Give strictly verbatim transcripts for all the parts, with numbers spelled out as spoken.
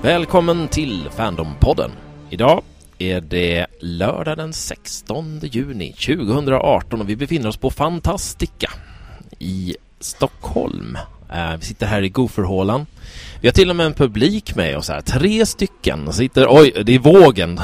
Välkommen till Fandom-podden. Idag är det lördag den sextonde juni tjugohundraarton och vi befinner oss på Fantastica i Stockholm. Vi sitter här i Goferhålan. Vi har till och med en publik med oss här. Tre stycken sitter... Oj, det är vågen.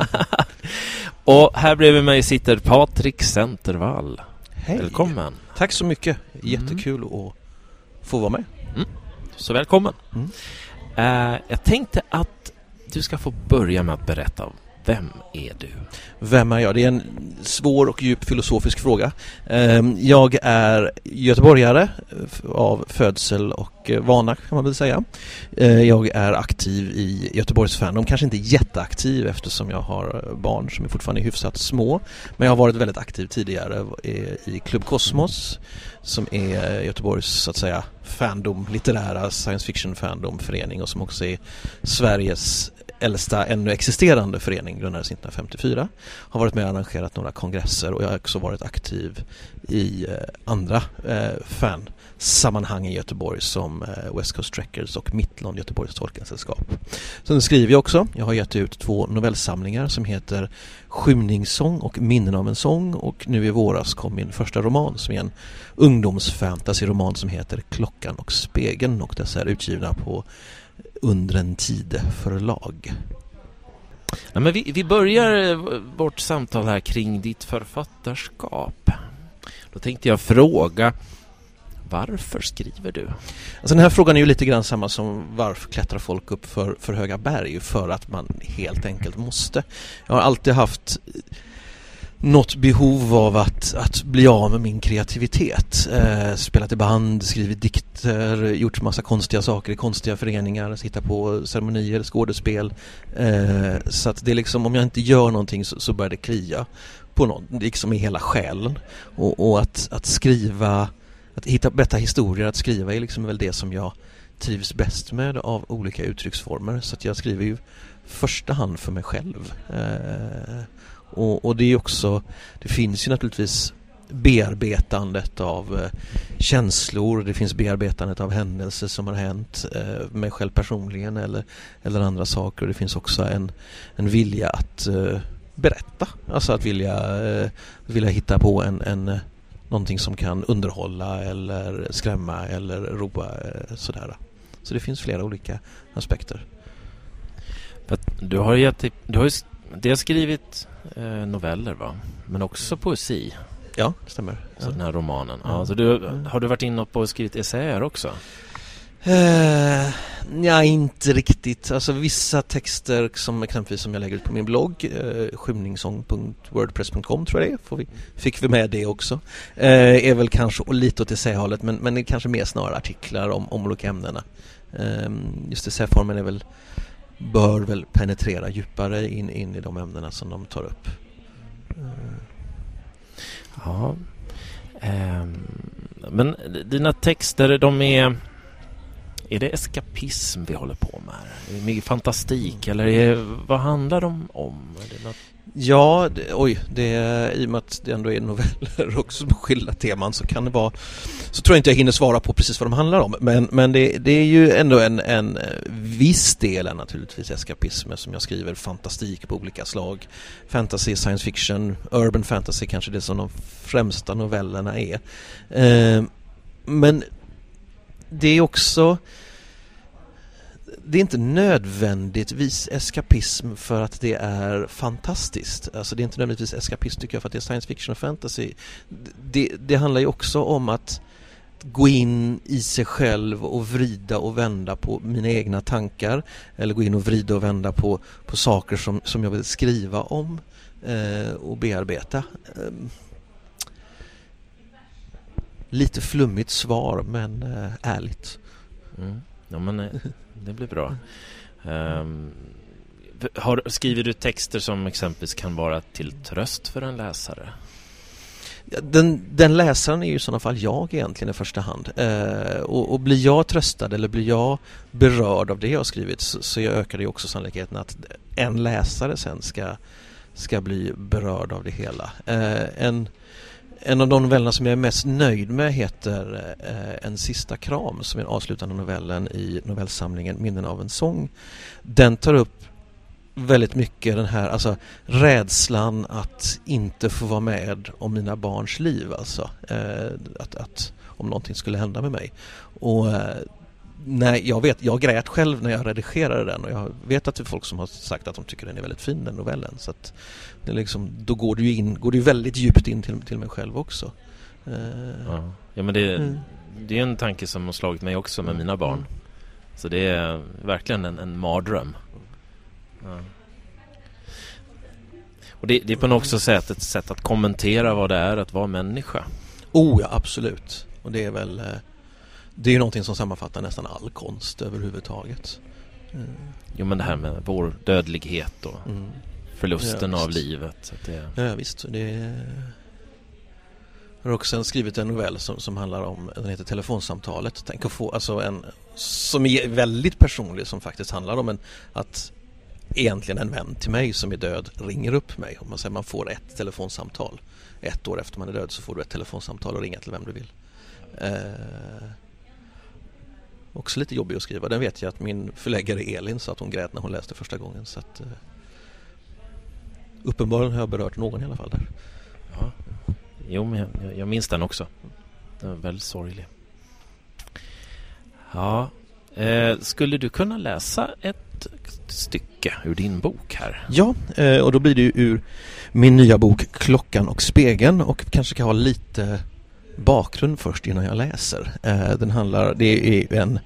Och här bredvid mig sitter Patrik Centervall. Hej. Välkommen. Tack så mycket. Jättekul mm. att få vara med. Mm. Så välkommen. Mm. Uh, jag tänkte att du ska få börja med att berätta. Vem är du? Vem är jag? Det är en svår och djup filosofisk fråga. Jag är göteborgare av födsel och vana, kan man väl säga. Jag är aktiv i Göteborgs Fandom. Kanske inte jätteaktiv eftersom jag har barn som är fortfarande hyfsat små. Men jag har varit väldigt aktiv tidigare i Club Cosmos, som är Göteborgs, så att säga, fandom, litterära science fiction fandom förening, och som också är Sveriges äldsta ännu existerande förening, grundades nittonhundrafemtiofyra. Har varit med och arrangerat några kongresser, och jag har också varit aktiv i eh, andra eh, fansammanhang i Göteborg som eh, West Coast Trekkers och Mittlån, Göteborgs Tolkensällskap. Sen skriver jag också. Jag har gett ut två novellsamlingar som heter Skymningssång och Minnen av en sång, och nu i våras kom min första roman som är en ungdomsfantasy-roman som heter Klockan och spegeln, och dessa är utgivna på Under en tid förlag. Ja, men vi, vi börjar vårt samtal här kring ditt författarskap. Då tänkte jag fråga, varför skriver du? Alltså, den här frågan är ju lite grann samma som varför klättrar folk upp för, för höga berg? För att man helt enkelt måste. Jag har alltid haft något behov av att, att bli av med min kreativitet. Eh, spelat i band, skrivit dikter, gjort massa konstiga saker i konstiga föreningar, sitta på ceremonier, skådespel. Eh, så att det är liksom, om jag inte gör någonting så, så börjar det klia på något, liksom i hela själen. Och, och att, att skriva, att hitta bättre historier, att skriva är liksom väl det som jag trivs bäst med av olika uttrycksformer. Så att jag skriver ju första hand för mig själv. Eh, Och, och det är också, det finns ju naturligtvis bearbetandet av eh, känslor, det finns bearbetandet av händelser som har hänt eh, mig själv personligen eller, eller andra saker, och det finns också en, en vilja att eh, berätta, alltså att vilja, eh, vilja hitta på en, en, någonting som kan underhålla eller skrämma eller roa, eh, sådär. Så det finns flera olika aspekter. För du har ju, du har ju det har skrivit eh, noveller, va? Men också poesi. Ja, det stämmer. Så ja. Den här romanen. Ja. Ja, så du, har du varit inne på och skrivit essäer också? Uh, ja, inte riktigt. Alltså vissa texter, som exempelvis som jag lägger ut på min blogg, uh, skymningssång punkt wordpress punkt com tror jag det är. Får vi, fick vi med det också. Uh, är väl kanske lite åt essähållet, men, men det är kanske mer snarare artiklar om, om olika ämnena. Uh, just essäformen är väl bör väl penetrera djupare in, in i de ämnena som de tar upp. Mm. Ja. Um, men dina texter, de är... Är det eskapism vi håller på med? Är det mycket fantastik? Eller är, vad handlar de om? Är det något... Ja, det, oj, det är, i och med att det ändå är noveller och så skilda teman, så kan det vara, så tror jag inte jag hinner svara på precis vad de handlar om, men, men det, det är ju ändå en, en viss del naturligtvis eskapism, som jag skriver fantastik på olika slag, fantasy, science fiction, urban fantasy, kanske det som de främsta novellerna är, eh, men det är också, det är inte nödvändigtvis eskapism för att det är fantastiskt. Alltså det är inte nödvändigtvis eskapism, tycker jag, för att det är science fiction och fantasy. Det, det handlar ju också om att gå in i sig själv och vrida och vända på mina egna tankar, eller gå in och vrida och vända på, på saker som, som jag vill skriva om eh, och bearbeta. Eh, lite flummigt svar, men eh, ärligt. Mm. Ja, men det blir bra. Um, har, skriver du texter som exempelvis kan vara till tröst för en läsare? Den, den läsaren är ju i sådana fall jag egentligen i första hand. Eh, och, och blir jag tröstad eller blir jag berörd av det jag har skrivit, så, så jag ökar det också sannolikheten att en läsare sen ska, ska bli berörd av det hela. Eh, en En av de novellerna som jag är mest nöjd med heter eh, En sista kram, som är den avslutande novellen i novellsamlingen Minnen av en sång. Den tar upp väldigt mycket den här, alltså rädslan att inte få vara med om mina barns liv, alltså eh, att, att om någonting skulle hända med mig. Och eh, nej, jag vet, jag grät själv när jag redigerade den, och jag vet att det är folk som har sagt att de tycker den är väldigt fin, den novellen, så att det liksom, då går du ju in, går du väldigt djupt in till, till mig själv också. Eh, ja. ja, men det, mm. det är en tanke som har slagit mig också med mina barn. Mm. Så det är verkligen en, en mardröm. Ja. Och det, det är på något sätt ett sätt att kommentera vad det är att vara människa. Oh ja, absolut. Och det är väl det är ju någonting som sammanfattar nästan all konst överhuvudtaget. Mm. Jo, men det här med vår dödlighet och mm. förlusten ja, av livet. Så att det... Ja, visst. Det är... Jag har också skrivit en novell som, som handlar om, den heter Telefonsamtalet. Tänk att få, alltså en som är väldigt personlig, som faktiskt handlar om en, att egentligen en vän till mig som är död ringer upp mig. Om man säger man får ett telefonsamtal. Ett år efter man är död så får du ett telefonsamtal och ringa till vem du vill. Eh, också lite jobbig att skriva. Den vet jag att min förläggare Elin sa att hon grät när hon läste första gången. Så att, eh, uppenbarligen har jag berört någon i alla fall där. Ja. Jo, men jag, jag minns den också. Den var väldigt sorglig. Ja. Eh, skulle du kunna läsa ett stycke ur din bok här? Ja, eh, och då blir det ju ur min nya bok Klockan och spegeln, och kanske kan ha lite bakgrund först innan jag läser. Eh, den handlar, det är en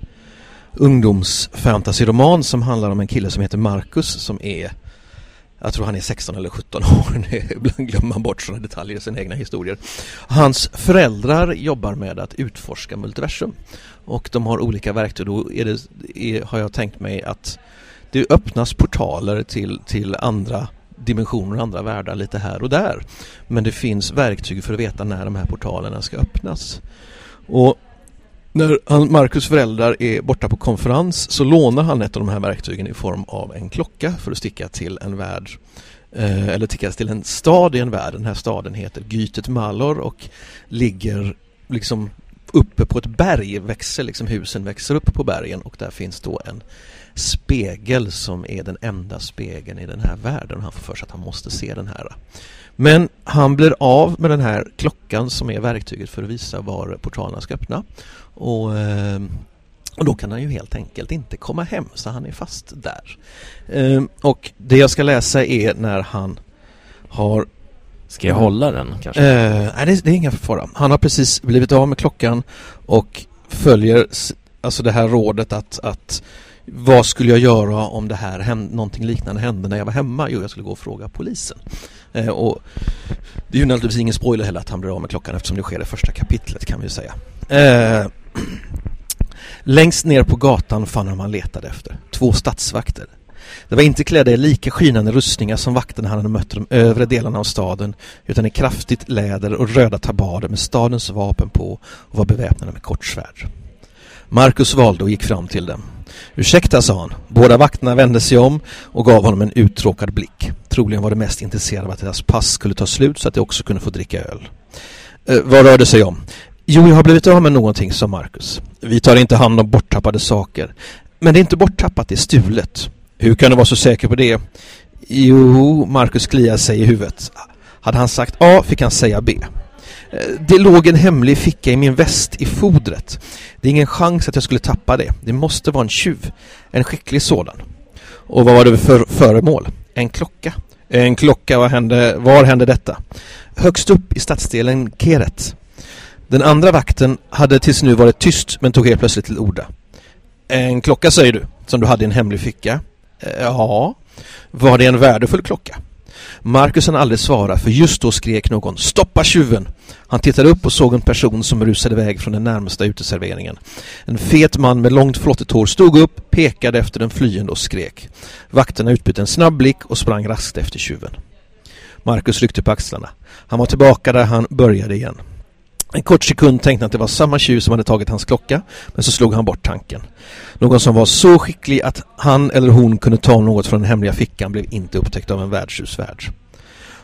ungdomsfantasyroman som handlar om en kille som heter Marcus, som är, jag tror han är sexton eller sjutton år. Ibland glömmer man bort sådana detaljer i sina egna historier. Hans föräldrar jobbar med att utforska multiversum. Och de har olika verktyg. Då är det, är, har jag tänkt mig att det öppnas portaler till, till andra dimensioner och andra världar lite här och där. Men det finns verktyg för att veta när de här portalerna ska öppnas. Och när Marcus föräldrar är borta på konferens så lånar han ett av de här verktygen i form av en klocka för att sticka till en värld, eh, eller sticka till en stad i en värld. Den här staden heter Gytet Malor och ligger liksom uppe på ett berg, växer liksom, husen växer upp på bergen, och där finns då en spegel som är den enda spegeln i den här världen. Han får för sig att han måste se den här. Men han blir av med den här klockan som är verktyget för att visa var portalerna ska öppna. Och, och då kan han ju helt enkelt inte komma hem, så han är fast där. Och det jag ska läsa är när han har... Ska jag hålla den kanske? Eh, nej, det, det är inga fara. Han har precis blivit av med klockan och följer alltså det här rådet att, att vad skulle jag göra om det här hände, någonting liknande hände när jag var hemma? Jo, jag skulle gå och fråga polisen. Eh, och det är ju naturligtvis ingen spoiler heller att han blir av med klockan, eftersom det sker i första kapitlet, kan vi ju säga. Eh, längst ner på gatan fann han man letade efter. Två stadsvakter. Det var inte klädda i lika skinande rustningar som vakterna han hade mött de övre delarna av staden, utan i kraftigt läder och röda tabader med stadens vapen på och var beväpnade med kortsvärd. Marcus valde och gick fram till dem. Ursäkta, sa han. Båda vakterna vände sig om och gav honom en uttråkad blick. Troligen var de mest intresserade av att deras pass skulle ta slut så att de också kunde få dricka öl. Eh, vad rör det sig om? Jo, jag har blivit av med någonting, sa Marcus. Vi tar inte hand om borttappade saker. Men det är inte borttappat, det är stulet. Hur kan du vara så säker på det? Jo, Marcus kliar sig i huvudet. Hade han sagt A fick han säga B. Det låg en hemlig ficka i min väst i fodret. Det är ingen chans att jag skulle tappa det. Det måste vara en tjuv. En skicklig sådan. Och vad var det för föremål? En klocka. En klocka, vad hände, var hände detta? Högst upp i stadsdelen Keret. Den andra vakten hade tills nu varit tyst, men tog helt plötsligt till orda. En klocka, säger du, som du hade i en hemlig ficka. Ja, var det en värdefull klocka? Marcus hann aldrig svara, för just då skrek någon: stoppa tjuven! Han tittade upp och såg en person som rusade iväg från den närmaste uteserveringen. En fet man med långt flottigt hår stod upp, pekade efter den flyende och skrek. Vakterna utbytte en snabb blick och sprang raskt efter tjuven. Marcus ryckte på axlarna. Han var tillbaka där han började igen. En kort sekund tänkte han att det var samma tjuv som hade tagit hans klocka, men så slog han bort tanken. Någon som var så skicklig att han eller hon kunde ta något från den hemliga fickan blev inte upptäckt av en värdshusvärd.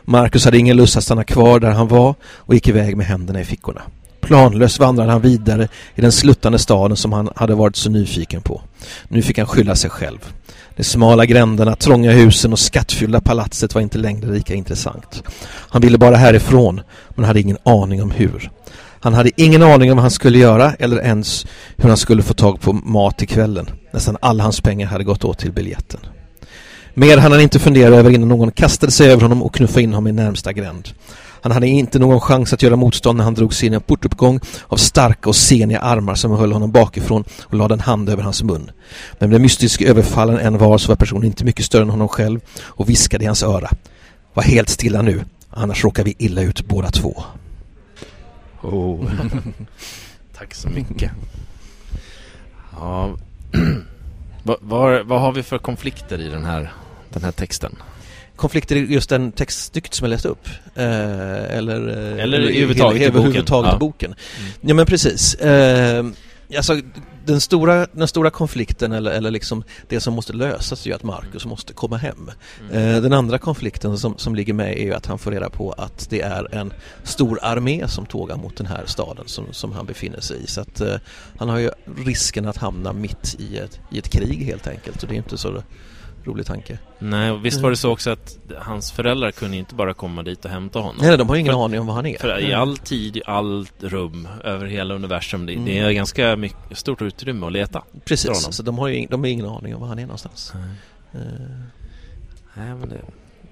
Marcus hade ingen lust att stanna kvar där han var och gick iväg med händerna i fickorna. Planlöst vandrade han vidare i den sluttande staden som han hade varit så nyfiken på. Nu fick han skylla sig själv. De smala gränderna, trånga husen och skattfyllda palatset var inte längre lika intressant. Han ville bara härifrån, men hade ingen aning om hur. Han hade ingen aning om vad han skulle göra eller ens hur han skulle få tag på mat till kvällen. Nästan alla hans pengar hade gått åt till biljetten. Mer hann han inte fundera över innan någon kastade sig över honom och knuffade in honom i närmsta gränd. Han hade inte någon chans att göra motstånd när han drog sig in i en portuppgång av starka och seniga armar som höll honom bakifrån och lade en hand över hans mun. Men med mystiska överfallen en var så var personen inte mycket större än honom själv och viskade i hans öra. Var helt stilla nu, annars råkar vi illa ut båda två. Oh. Tack så mycket. Ja. vad, vad, vad har vi för konflikter i den här, den här texten? Konflikter i just den textstycket som jag läste upp eh, eller, eller överhuvudtaget i boken, överhuvudtaget ja. i boken. Mm. Ja men precis eh, alltså, den, stora, den stora konflikten eller, eller liksom det som måste lösas är ju att Marcus måste komma hem. Mm. eh, den andra konflikten som, som ligger med är ju att han får reda på att det är en stor armé som tågar mot den här staden som, som han befinner sig i, så att eh, han har ju risken att hamna mitt i ett, i ett krig helt enkelt, och det är inte så rolig tanke. Nej, och visst var det så också att hans föräldrar kunde inte bara komma dit och hämta honom. Nej, de har ingen för, aning om vad han är. För i all tid, i allt rum, över hela universum, det, mm. det är ganska mycket, stort utrymme att leta. Precis, så de har ju de har ingen aning om vad han är någonstans. Nej, uh. nej men det...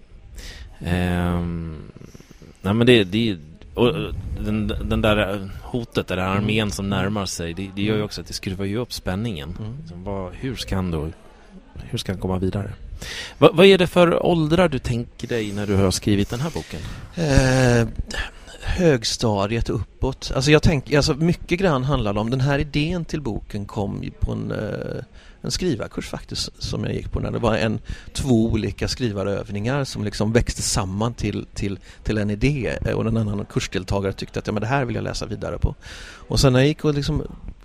Um, nej, men det... det och den, den där hotet, den där armén mm. som närmar sig, det, det gör ju också att det skruvar ju upp spänningen. Mm. Så vad, hur ska han då... Hur ska han komma vidare? Va, vad är det för åldrar du tänker dig när du har skrivit den här boken? Eh, högstadiet uppåt. Alltså jag tänker, alltså mycket grann handlar om den här idén till boken kom på en, eh, en skrivarkurs faktiskt som jag gick på, när det var en två olika skrivarövningar som liksom växte samman till, till, till en idé, och en annan kursdeltagare tyckte att ja, men det här vill jag läsa vidare på. Och sen när jag gick och liksom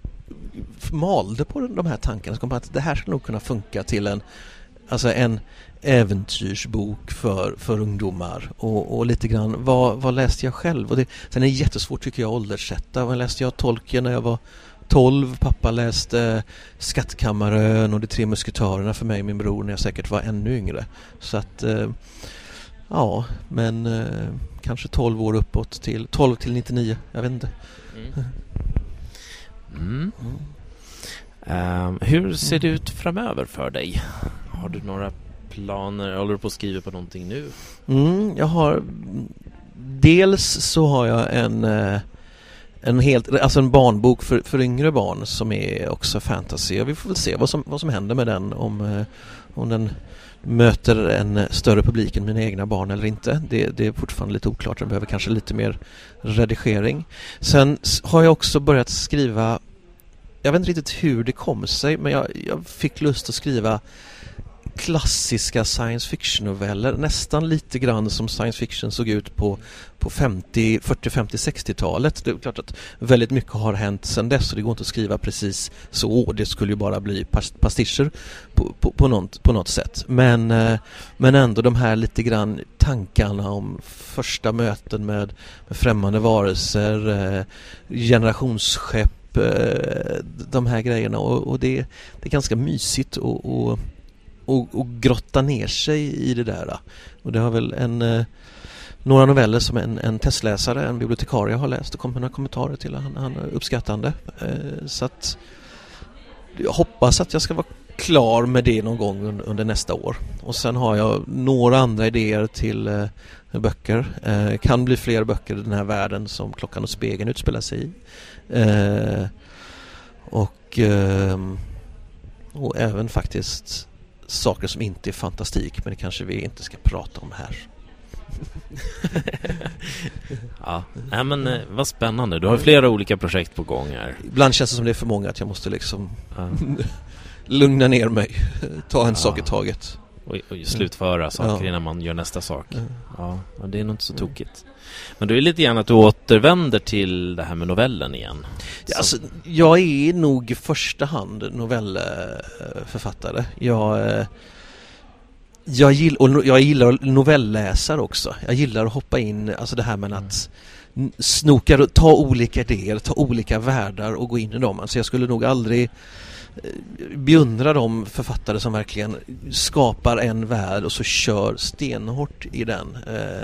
malde på de här tankarna så kom jag att det här skulle nog kunna funka till en, alltså en äventyrsbok för, för ungdomar, och, och lite grann vad, vad läste jag själv, och det, sen är det jättesvårt tycker jag att ålderssätta. Vad läste jag Tolkien när jag var tolv, pappa läste Skattkammarön och De tre musketörerna för mig och min bror när jag säkert var ännu yngre, så att eh, ja, men eh, kanske tolv år uppåt till tolv till nittionio, jag vet inte. Mm. Mm. Mm. Um, hur ser det ut framöver för dig? Har du några planer? Håller du på att skriva på någonting nu? Mm, jag har dels så har jag en en helt alltså en barnbok för för yngre barn som är också fantasy. Vi får väl se vad som vad som händer med den, om om den möter en större publik än mina egna barn eller inte. Det, det är fortfarande lite oklart. Den behöver kanske lite mer redigering. Sen har jag också börjat skriva, jag vet inte riktigt hur det kom sig, men jag, jag fick lust att skriva klassiska science fiction-noveller, nästan lite grann som science fiction såg ut på, på femtio, fyrtio, femtio, sextio-talet. Det är klart att väldigt mycket har hänt sedan dess, och det går inte att skriva precis så. Det skulle ju bara bli pastischer på, på, på, något, på något sätt. Men, men ändå de här lite grann tankarna om första möten med, med främmande varelser, generationsskepp, de här grejerna, och, och det, det är ganska mysigt och, och Och, och grotta ner sig i det där. Och det har väl en eh, några noveller som en, en testläsare, en bibliotekarie har läst och kom med några kommentarer till. Han, han är uppskattande. Eh, så att jag hoppas att jag ska vara klar med det någon gång under, under nästa år. Och sen har jag några andra idéer till eh, böcker. Eh, kan bli fler böcker i den här världen som Klockan och spegeln utspelar sig i. Eh, och, eh, och även faktiskt saker som inte är fantastik, men det kanske vi inte ska prata om här. Ja, nej men eh, vad spännande. Du har flera olika projekt på gång här. Ibland känns det som det är för många, att jag måste liksom ja. lugna ner mig, ta en ja. sak i taget. Och, och slutföra saker ja. innan man gör nästa sak. Ja, ja och det är nog inte så tokigt. Men det är lite grann att du återvänder till det här med novellen igen. Ja, alltså, jag är nog i första hand novellförfattare. Jag, Jag gillar, och jag gillar novellläsare också. Jag gillar att hoppa in, alltså det här med att snoka, ta olika idéer, ta olika världar och gå in i dem. Alltså jag skulle nog aldrig beundra de författare som verkligen skapar en värld och så kör stenhårt i den.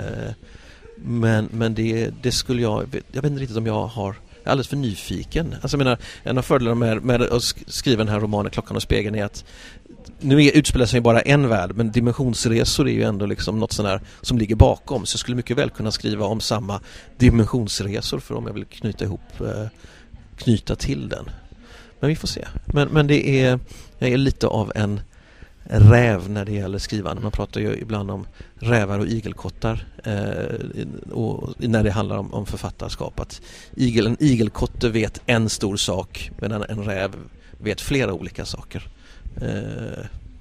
Men, men det, det skulle jag, jag vet inte riktigt om jag har, jag är alldeles för nyfiken. Alltså jag menar, en av fördelarna med, med att skriva den här romanen Klockan och spegeln är att nu är, utspelar sig bara en värld, men dimensionsresor är ju ändå liksom något sånt där som ligger bakom. Så jag skulle mycket väl kunna skriva om samma dimensionsresor för om jag vill knyta ihop, knyta till den. Men vi får se. Men, men det är, jag är lite av en räv när det gäller skrivande. Man pratar ju ibland om rävar och igelkottar eh, och när det handlar om, om författarskap. Att igel, en igelkotte vet en stor sak medan en räv vet flera olika saker. Eh.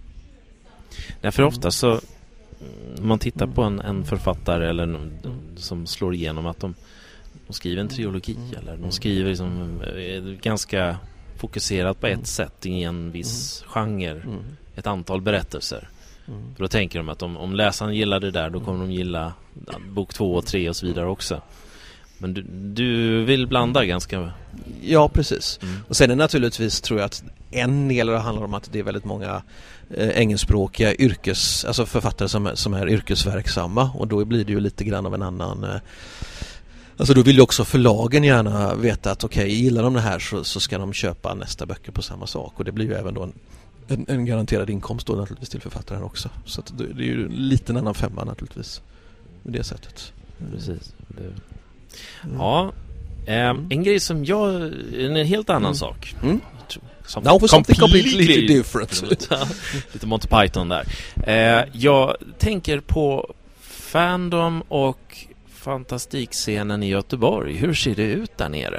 Därför ofta så man tittar på en, en författare eller någon, som slår igenom att de, de skriver en trilogi eller de skriver liksom, ganska fokuserat på ett sätt i en viss genre, ett antal berättelser. För då tänker de att om, om läsaren gillar det där, då kommer de gilla bok två och tre och så vidare också. Men du, du vill blanda ganska... Ja, precis. Mm. Och sen är det naturligtvis, tror jag, att en del handlar om att det är väldigt många eh, engelskspråkiga yrkes, alltså författare som, som är yrkesverksamma, och då blir det ju lite grann av en annan... Eh, alltså då vill ju också förlagen gärna veta att okej, okay, gillar de det här så, så ska de köpa nästa böcker på samma sak, och det blir ju även då en, en, en garanterad inkomst då naturligtvis till författaren också. Så att det, det är ju lite en annan femma naturligtvis på det sättet. Precis. Det... Ja, eh, en grej som jag, en helt annan mm. sak. Mm. Som Now for something completely different. Lite Monty Python där. Eh, jag tänker på fandom och fantastikscenen i Göteborg. Hur ser det ut där nere?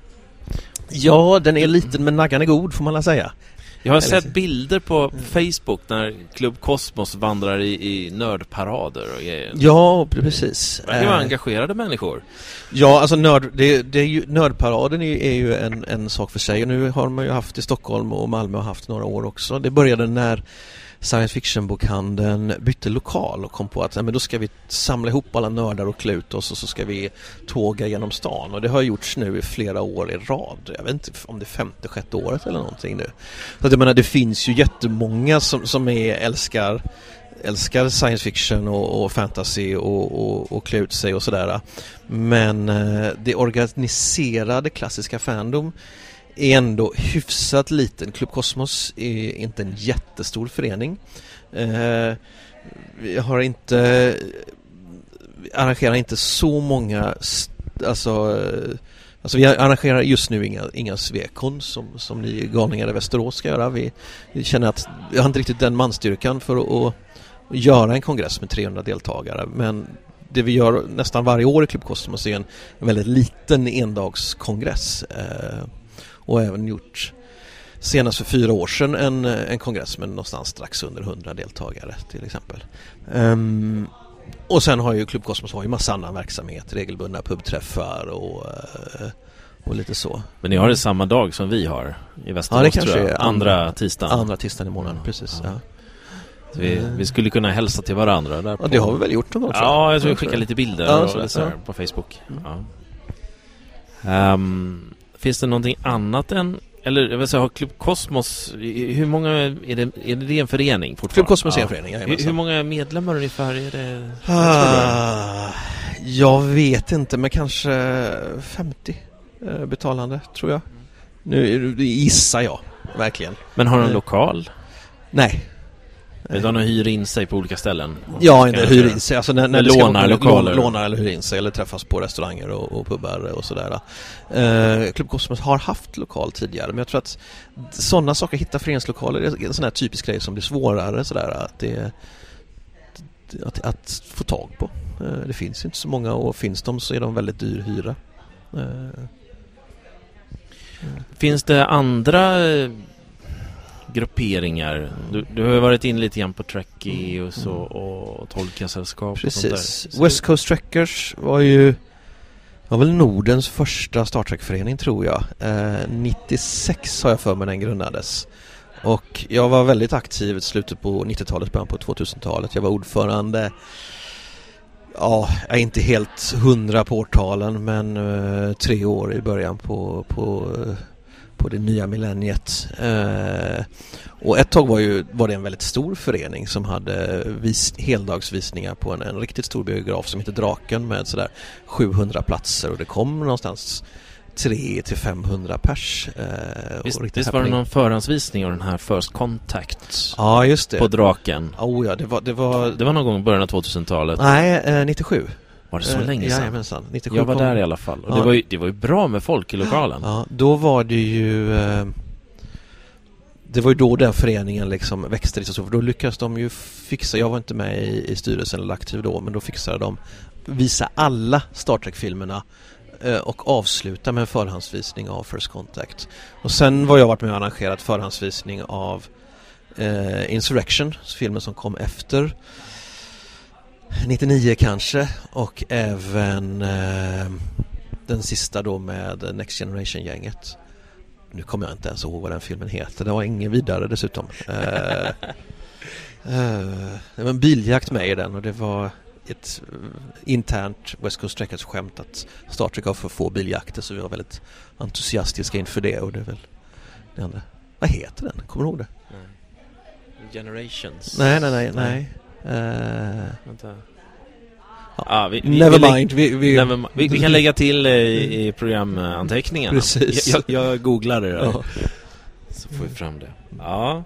Ja, den är liten men naggan är god, får man väl säga. Jag har sett bilder på Facebook när Club Cosmos vandrar i, i nördparader och grejer. Ja, precis. Det var engagerade människor. Ja, alltså nörd, det, det är ju, nördparaden är, är ju en, en sak för sig. Och nu har man ju haft i Stockholm och Malmö har haft några år också. Det började när science fiction-bokhandeln bytte lokal och kom på att nej, men då ska vi samla ihop alla nördar och klä oss och så ska vi tåga genom stan. Och det har gjorts nu i flera år i rad. Jag vet inte om det är femte, sjätte året eller någonting nu. Så att jag menar, det finns ju jättemånga som, som är, älskar, älskar science fiction och, och fantasy och, och, och klä ut sig och sådär. Men eh, det organiserade klassiska fandom är ändå hyfsat liten. Club Cosmos är inte en jättestor förening. Eh, vi har inte arrangerar inte så många st- alltså, alltså vi arrangerar just nu inga, inga svekon som, som ni galningar i Västerås ska göra. Vi, vi känner att vi har inte riktigt den manstyrkan för att, att göra en kongress med trehundra deltagare, men det vi gör nästan varje år i Club Cosmos är en väldigt liten endagskongress. Eh, Och även gjort senast för fyra år sedan en, en kongress med någonstans strax under hundra deltagare till exempel. Um, och sen har ju Club Cosmos har ju massa annan verksamhet, regelbundna pubträffar och, och lite så. Men ni har det samma dag som vi har i Västerås, ja, det kanske tror jag. Andra, andra tisdagen. Andra tisdagen i månaden, precis. Ja. Ja. Så vi, vi skulle kunna hälsa till varandra där. Ja, det har vi väl gjort någon gång. Ja, jag tror vi skickar lite bilder ja, och så, lite så. på Facebook. Mm. Ja. Um, Finns det någonting annat än, eller jag vill säga, har Club Cosmos, hur många är det, är det en förening fortfarande? Club Cosmos är en förening, ja. Hur, hur många medlemmar ungefär är det? Ah, jag vet inte, men kanske femtio eh, betalande, tror jag. Nu gissar jag, verkligen. Men har de en lokal? Nej. Utan att hyra in sig på olika ställen? Ja, inte hyra in sig. Alltså när, när lånar lokaler. Lånar eller hyra in sig eller träffas på restauranger och, och pubbar och sådär. Uh, Club Cosmos har haft lokal tidigare, men jag tror att sådana saker, hitta föreningslokaler, är en sån här typisk grej som blir svårare sådär, att, det, att, att få tag på. Uh, det finns inte så många, och finns de så är de väldigt dyr hyra. Uh, finns det andra grupperingar? Du, du har varit in lite grann på Trekkie och så, och Tolkien-sällskap. Precis. Och sånt där. West Coast Trekkers var ju var väl Nordens första Star Trek-förening, tror jag. Eh, nittiosex har jag för mig den grundades. och jag var väldigt aktiv i slutet på nittiotalet, början på tvåtusentalet. Jag var ordförande, ja, jag är inte helt hundra på årtalen, men uh, tre år i början på, på, uh, på det nya millenniet. Uh, och ett tag var, ju, var det en väldigt stor förening som hade vis, heldagsvisningar på en, en riktigt stor biograf som heter Draken med sådär sjuhundra platser, och det kom någonstans tre till femhundra pers. Eh, visst och visst var det någon förhandsvisning av den här First Contact? Ja, just det. På Draken. Oh, ja, det var, det var... Det var någon gång i början av tvåtusentalet. Nej, eh, nittiosju. Var det så eh, länge sedan? Jajamensan. nittiosju jag var kom... där i alla fall. Och ja. det, var ju, det var ju bra med folk i lokalen. Ja, då var det ju... Eh, det var ju då den föreningen liksom växte lite så. För då lyckades de ju fixa... Jag var inte med i, i styrelsen eller aktiv då, men då fixade de visa alla Star Trek-filmerna och avsluta med en förhandsvisning av First Contact. Och sen var jag varit med och arrangerat förhandsvisning av eh, Insurrection, filmen som kom efter nittionio kanske, och även eh, den sista då med Next Generation-gänget. Nu kommer jag inte ens ihåg vad den filmen heter. Det var ingen vidare dessutom. Eh, eh, det var en biljakt med i den, och det var ett internt West Coast Records skämt att Star Trek har för få biljakter, så vi var väldigt entusiastiska inför det, och det är väl det andra. Vad heter den? Kommer du ihåg det? Nej. Generations. Nej, nej, nej, nej. Uh... Vänta. Ja. Ah, vi, vi, never mind. Vi, vi... Never, vi, vi kan lägga till i, i programanteckningarna. Precis. Jag, jag, jag googlar det där. Ja. Så får vi fram det. Ja.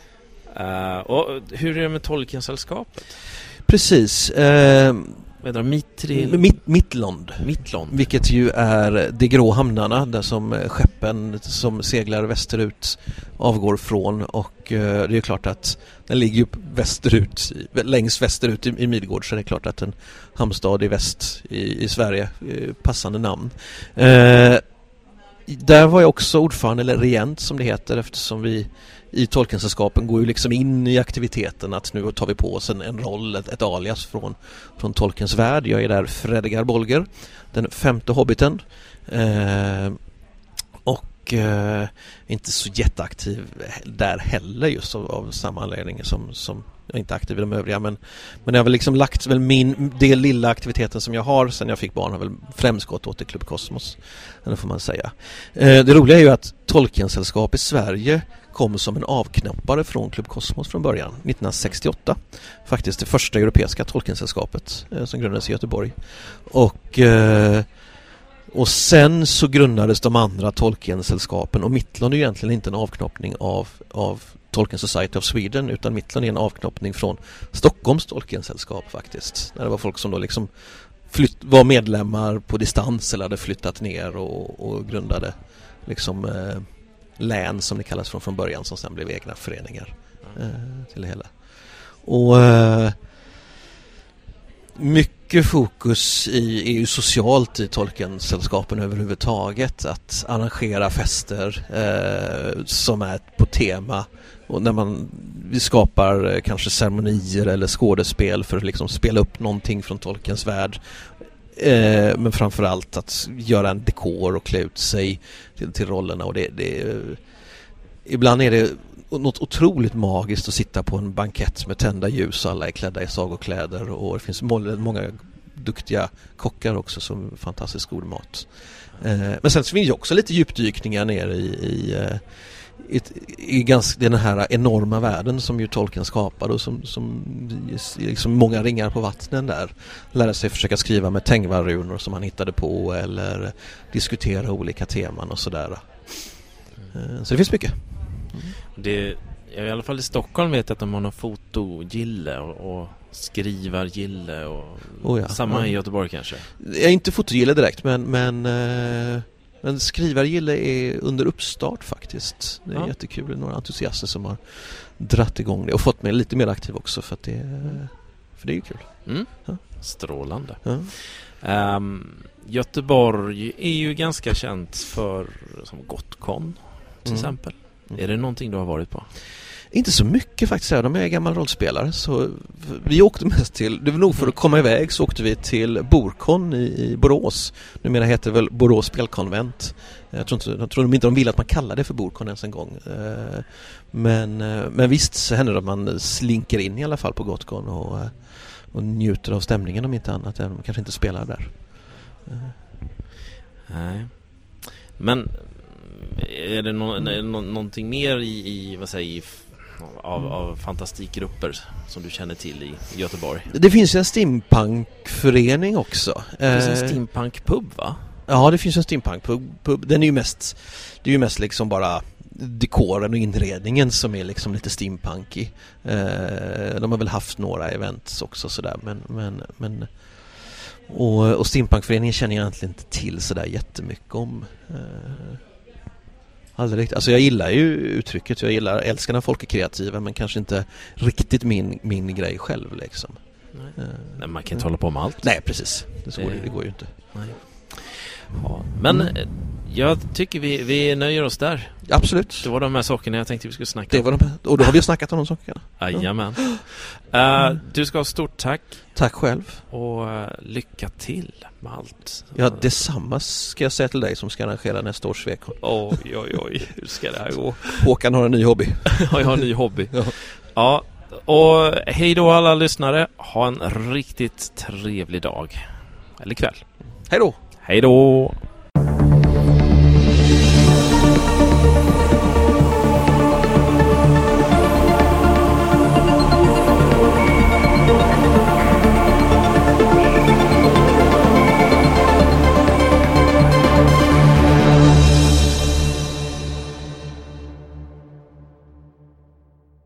Uh, och hur är det med Tolkien-sällskapet? Precis. Uh, Vad Mittril... Mitt, Mittlond. Mittlond. Vilket ju är de grå hamnarna där som skeppen som seglar västerut avgår från. Och uh, det är klart att den ligger ju västerut, längst västerut i, i Midgård, så det är klart att en hamnstad i väst i, i Sverige, uh, passande namn. Uh, där var jag också ordförande, eller regent som det heter, eftersom vi i Tolkiensällskapen går ju liksom in i aktiviteten att nu tar vi på oss en, en roll, ett, ett alias från, från Tolkiens värld. Jag är där Fredegar Bolger, den femte hobbiten. Eh, och eh, inte så jätteaktiv där heller, just av, av samma anledning som, som jag är inte aktiv i de övriga. Men, men jag har väl liksom lagt väl min, det lilla aktiviteten som jag har sen jag fick barn har väl främst gått åt till Klubb Kosmos. Det får man säga. Eh, det roliga är ju att Tolkiensällskap i Sverige kom som en avknappare från Klubb Kosmos från början, nittonhundrasextioåtta. Faktiskt det första europeiska Tolkiensällskapet eh, som grundades i Göteborg. Och, eh, och sen så grundades de andra Tolkiensällskapen, och Mittlond är ju egentligen inte en avknoppning av, av Tolkien Society of Sweden, utan Mittlond är en avknoppning från Stockholms Tolkiensällskap faktiskt. När det var folk som då liksom flytt, var medlemmar på distans eller hade flyttat ner och, och grundade liksom... Eh, län som det kallas från från början, som sen blev egna föreningar eh, till det hela. Och eh, mycket fokus i, är ju socialt i Tolkiensällskapen överhuvudtaget, att arrangera fester eh, som är på tema, och när man vi skapar eh, kanske ceremonier eller skådespel för att liksom spela upp någonting från Tolkiens värld. Eh, men framförallt att göra en dekor och klä ut sig till, till rollerna, och det, det, ibland är det något otroligt magiskt att sitta på en bankett med tända ljus och alla är klädda i sagokläder, och det finns må- många duktiga kockar också som fantastiskt god mat. Eh, men sen så finns det också lite djupdykningar ner i, i I, i ganska, den här enorma världen som ju Tolkien skapade, och som, som liksom många ringar på vattnen där. Lära sig försöka skriva med Tengvar-runor som han hittade på, eller diskutera olika teman och sådär. Mm. Så det finns mycket. Mm. Det, i alla fall i Stockholm vet jag att de har någon fotogille och, och skrivargille och oh ja. samma ja. i Göteborg kanske. Jag är inte fotogille direkt, men, men eh... Men skrivargille är under uppstart faktiskt. Det är ja. jättekul. Det är några entusiaster som har dratt igång det och fått mig lite mer aktiv också, för att det, för det är ju kul. Mm. Ja. Strålande. Ja. Um, Göteborg är ju ganska känt för som Gotcon till mm. exempel. Mm. Är det någonting du har varit på? Inte så mycket faktiskt. De är gammal rollspelare. Så vi åkte mest till, det var nog för att komma iväg, så åkte vi till Borkon i, i Borås. Numera heter det väl Borås spelkonvent. Jag tror, inte, jag tror inte de vill att man kallar det för Borkon ens en gång. Men, men visst så händer det att man slinker in i alla fall på Gotcon och, och njuter av stämningen om inte annat. Även om man kanske inte spelar där. Nej. Men är det no- no- någonting mer i, i vad säger, av, av fantastikgrupper som du känner till i Göteborg? Det finns en steampunkförening också. Det finns en steampunkpub, va? Ja, det finns en steampunkpub. Den är ju mest, det är ju mest liksom bara dekoren och inredningen som är liksom lite steampunkig. De har väl haft några events också sådär, men, men, men och, och steampunkföreningen känner jag egentligen inte till sådär jättemycket om. Aldrig. Alltså jag gillar ju uttrycket, jag gillar, älskar när folk är kreativa, men kanske inte riktigt min, min grej själv liksom. Nej. Nej, man kan inte hålla på med allt. Nej, precis. Det, går, det går ju inte. Nej. Ja, men mm. jag tycker vi, vi nöjer oss där. Absolut. Det var de här sakerna jag tänkte vi skulle snacka det var de, och då har vi snackat om de sakerna. Jajamän. Ja. Uh, du ska ha stort tack. Tack själv. Och uh, lycka till med allt. Ja, detsamma ska jag säga till dig som ska arrangera nästa års svekon. Oj, oj, oj. Hur ska det här gå? Håkan har en ny hobby. Ja, jag har en ny hobby. Ja. Ja, och hej då alla lyssnare. Ha en riktigt trevlig dag. Eller kväll. Hej då. Hej då.